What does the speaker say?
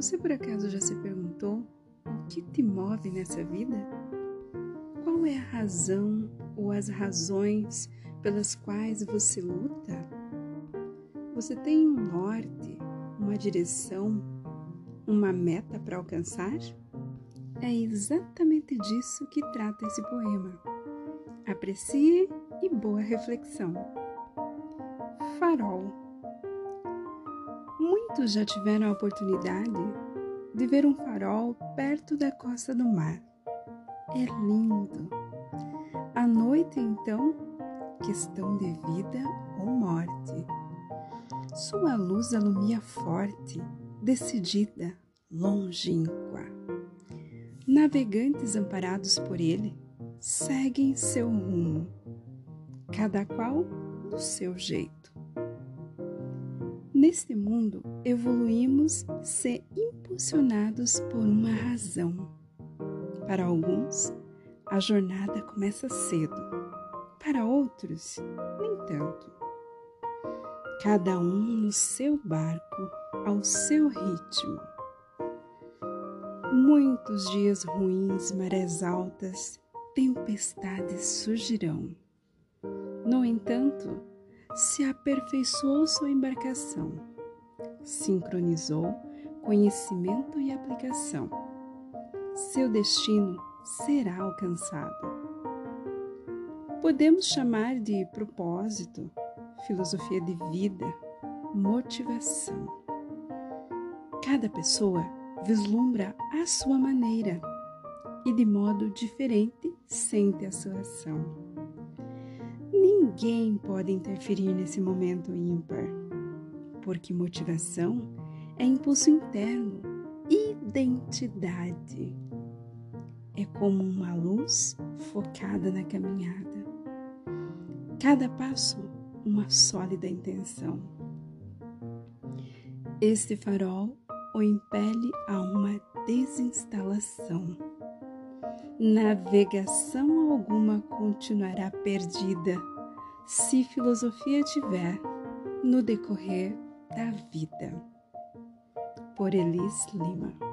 Você por acaso já se perguntou o que te move nessa vida? Qual é a razão ou as razões pelas quais você luta? Você tem um norte, uma direção, uma meta para alcançar? É exatamente disso que trata esse poema. Aprecie e boa reflexão. Farol. Muitos já tiveram a oportunidade de ver um farol perto da costa do mar. É lindo. À noite, então, questão de vida ou morte. Sua luz alumia forte, decidida, longínqua. Navegantes amparados por ele seguem seu rumo, cada qual do seu jeito. Neste mundo, evoluímos ser impulsionados por uma razão. Para alguns, a jornada começa cedo. Para outros, nem tanto. Cada um no seu barco, ao seu ritmo. Muitos dias ruins, marés altas, tempestades surgirão. No entanto, se aperfeiçoou sua embarcação, sincronizou conhecimento e aplicação. Seu destino será alcançado. Podemos chamar de propósito, filosofia de vida, motivação. Cada pessoa vislumbra a sua maneira e de modo diferente sente a sua ação. Ninguém pode interferir nesse momento ímpar, porque motivação é impulso interno, identidade. É como uma luz focada na caminhada. Cada passo, uma sólida intenção. Este farol o impele a uma desinstalação. Navegação alguma continuará perdida se filosofia tiver no decorrer da vida. Por Elis Lima.